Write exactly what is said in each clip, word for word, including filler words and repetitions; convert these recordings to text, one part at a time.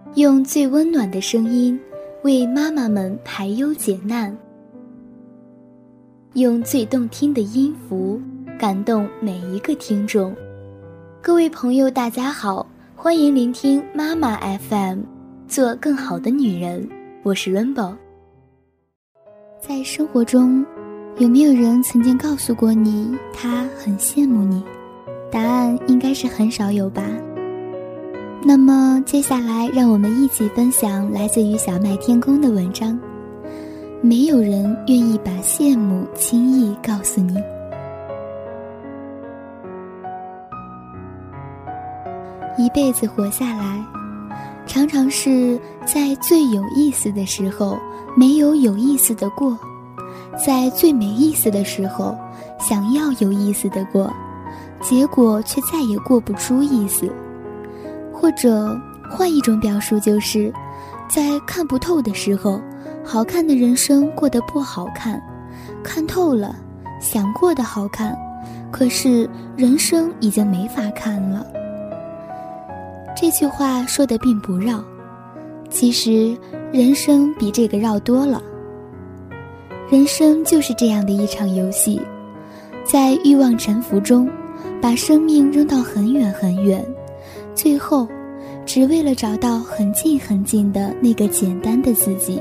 用最温暖的声音为妈妈们排忧解难，用最动听的音符感动每一个听众。各位朋友大家好，欢迎聆听妈妈 F M， 做更好的女人，我是 Rainbow。 在生活中，有没有人曾经告诉过你他很羡慕你？答案应该是很少有吧。那么接下来让我们一起分享来自于小麦天空的文章。没有人愿意把羡慕轻易告诉你。一辈子活下来，常常是在最有意思的时候没有有意思的过，在最没意思的时候想要有意思的过，结果却再也过不出意思。或者换一种表述，就是在看不透的时候，好看的人生过得不好看，看透了想过得好看，可是人生已经没法看了。这句话说得并不绕，其实人生比这个绕多了。人生就是这样的一场游戏，在欲望沉浮中把生命扔到很远很远，最后只为了找到很近很近的那个简单的自己。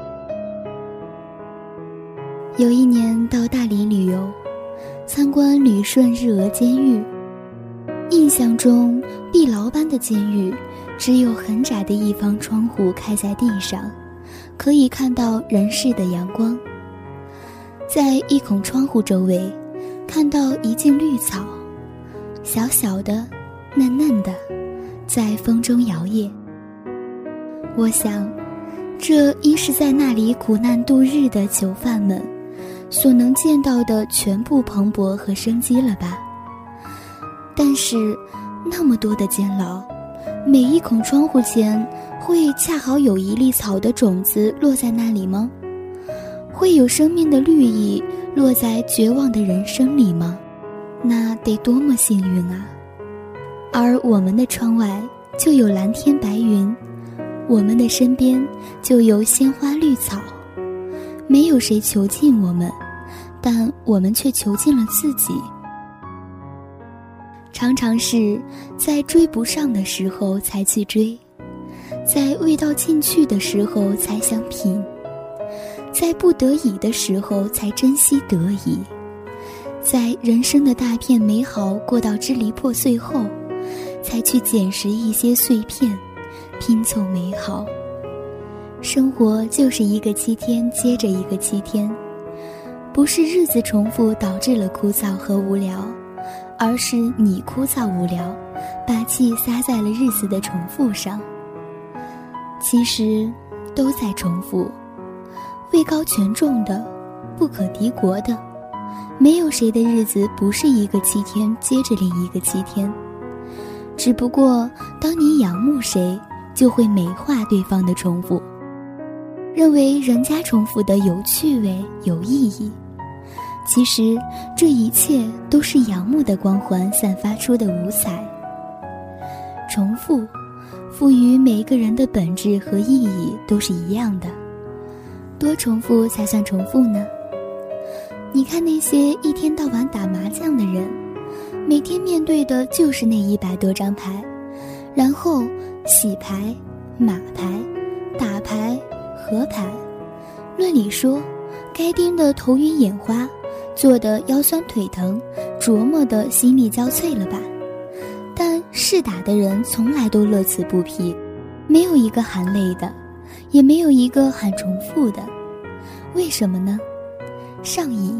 有一年到大理旅游，参观旅顺日俄监狱，印象中壁牢般的监狱只有很窄的一方窗户开在地上，可以看到人世的阳光。在一孔窗户周围看到一茎绿草，小小的嫩嫩的，在风中摇曳。我想这应是在那里苦难度日的囚犯们所能见到的全部蓬勃和生机了吧。但是那么多的监牢，每一孔窗户前会恰好有一粒草的种子落在那里吗？会有生命的绿意落在绝望的人生里吗？那得多么幸运啊。而我们的窗外就有蓝天白云，我们的身边就有鲜花绿草。没有谁囚禁我们，但我们却囚禁了自己。常常是在追不上的时候才去追，在味道进去的时候才想品，在不得已的时候才珍惜得以，在人生的大片美好过到支离破碎后，才去捡拾一些碎片，拼凑美好。生活就是一个七天接着一个七天，不是日子重复导致了枯燥和无聊，而是你枯燥无聊，把气撒在了日子的重复上。其实都在重复，位高权重的，不可敌国的，没有谁的日子不是一个七天接着另一个七天。只不过当你仰慕谁，就会美化对方的重复，认为人家重复的有趣味有意义。其实这一切都是仰慕的光环散发出的五彩。重复赋予每一个人的本质和意义都是一样的，多重复才算重复呢？你看那些一天到晚打麻将的人，每天面对的就是那一百多张牌，然后洗牌、码牌、打牌、合牌，论理说该盯得头晕眼花，做得腰酸腿疼，琢磨得心力交瘁了吧。但试打的人从来都乐此不疲，没有一个喊累的，也没有一个喊重复的。为什么呢？上瘾。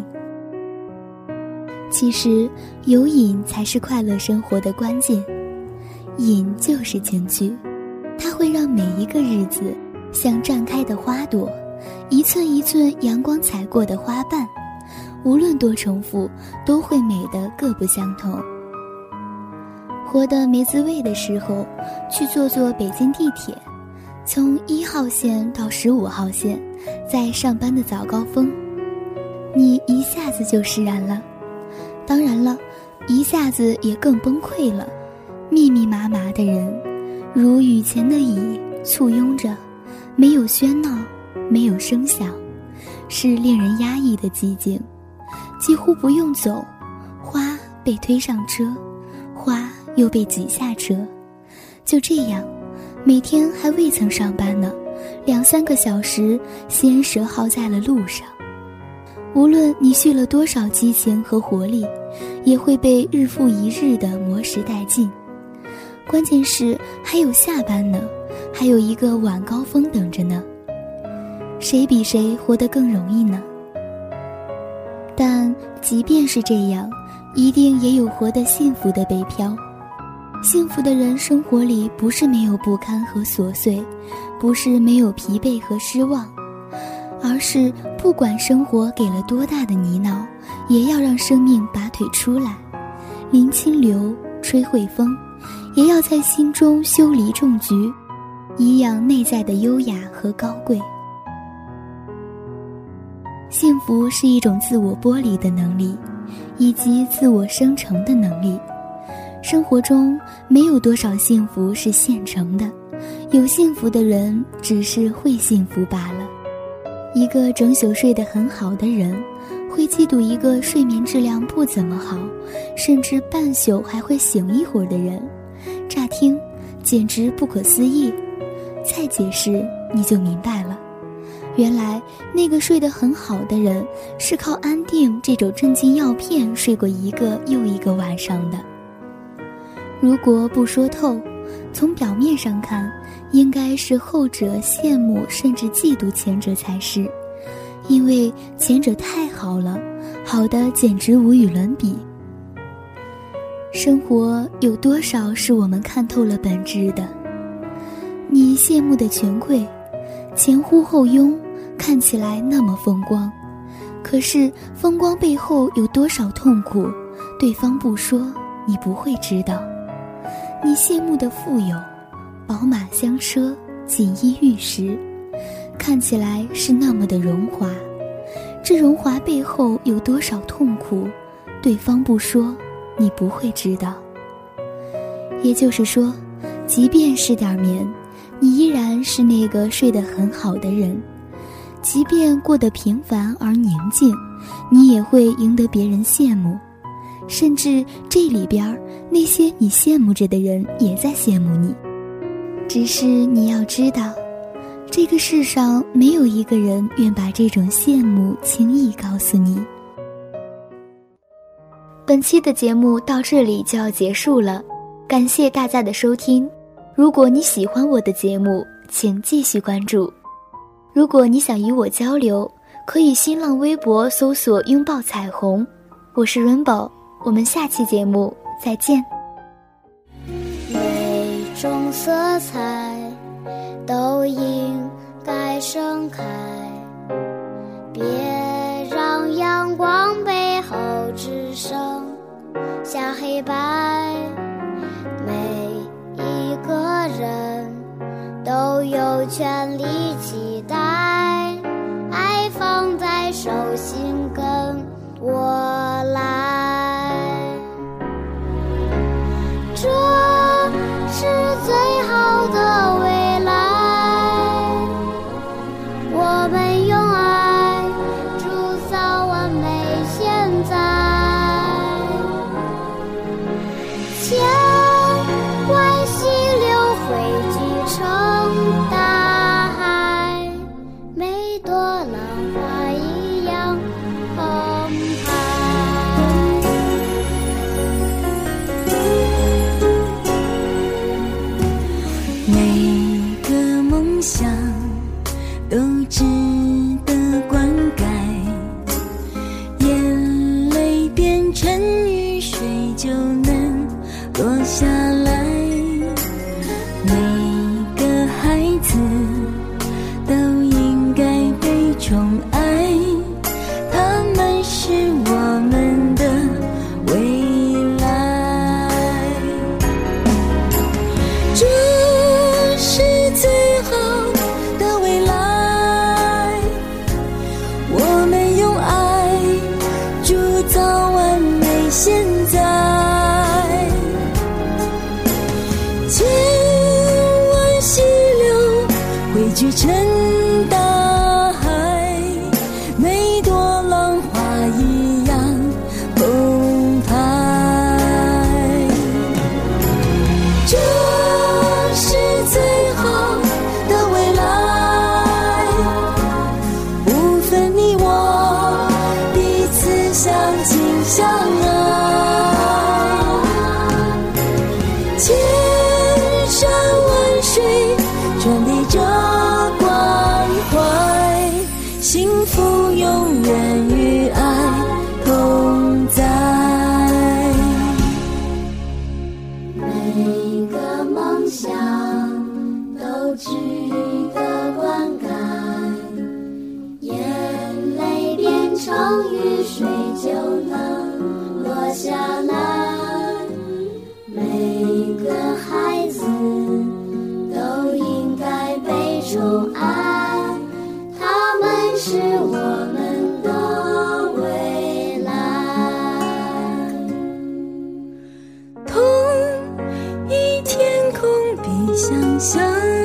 其实有瘾才是快乐生活的关键，瘾就是情趣，它会让每一个日子像绽开的花朵，一寸一寸阳光踩过的花瓣，无论多重复，都会美得各不相同。活得没滋味的时候，去坐坐北京地铁，从一号线到十五号线，在上班的早高峰，你一下子就释然了。当然了，一下子也更崩溃了。密密麻麻的人，如雨前的蚁， 簇拥着，没有喧闹，没有声响，是令人压抑的寂静。几乎不用走，花被推上车，花又被挤下车，就这样，每天还未曾上班呢，两三个小时先折耗在了路上。无论你蓄了多少激情和活力，也会被日复一日的磨蚀殆尽。关键是还有下班呢，还有一个晚高峰等着呢。谁比谁活得更容易呢？但即便是这样，一定也有活得幸福的北漂。幸福的人生活里不是没有不堪和琐碎，不是没有疲惫和失望，而是不管生活给了多大的泥淖，也要让生命拔腿出来，临清流，吹惠风，也要在心中修篱种菊，颐养内在的优雅和高贵。幸福是一种自我剥离的能力，以及自我生成的能力。生活中没有多少幸福是现成的，有幸福的人只是会幸福罢了。一个整宿睡得很好的人，会嫉妒一个睡眠质量不怎么好，甚至半宿还会醒一会儿的人。乍听简直不可思议，再解释你就明白了。原来那个睡得很好的人，是靠安定这种镇静药片睡过一个又一个晚上的。如果不说透，从表面上看，应该是后者羡慕甚至嫉妒前者才是，因为前者太好了，好的简直无与伦比。生活有多少是我们看透了本质的？你羡慕的权贵，前呼后拥，看起来那么风光，可是风光背后有多少痛苦，对方不说，你不会知道。你羡慕的富有，宝马香车，锦衣玉食，看起来是那么的荣华，这荣华背后有多少痛苦，对方不说，你不会知道。也就是说，即便是点眠，你依然是那个睡得很好的人，即便过得平凡而宁静，你也会赢得别人羡慕，甚至这里边那些你羡慕着的人也在羡慕你。只是你要知道，这个世上没有一个人愿把这种羡慕轻易告诉你。本期的节目到这里就要结束了，感谢大家的收听。如果你喜欢我的节目，请继续关注。如果你想与我交流，可以新浪微博搜索拥抱彩虹，我是 Rainbow， 我们下期节目再见。 每种色彩都应该盛开，别让阳光背后只剩下黑白。每一个人都有权利期待，爱放在手心跟我来，这是最好的未来。我们用爱铸造完美现在，千万溪流汇聚成大海，每朵浪花一样澎湃。 每个梦想都值得灌溉，眼泪变成雨水就能落下来。每个孩子都应该被宠爱，他们是我们的未来。这是最好聚成大海，每朵浪花一样澎湃。这是最好的未来，不分你我，彼此相亲相爱，千山万水传递着关怀，幸福永远与爱同在。 每个梦想都值得灌溉，眼泪变成雨水就能落下来。每个孩子都应该被宠爱，他们是我们的未来。 同一天空比想象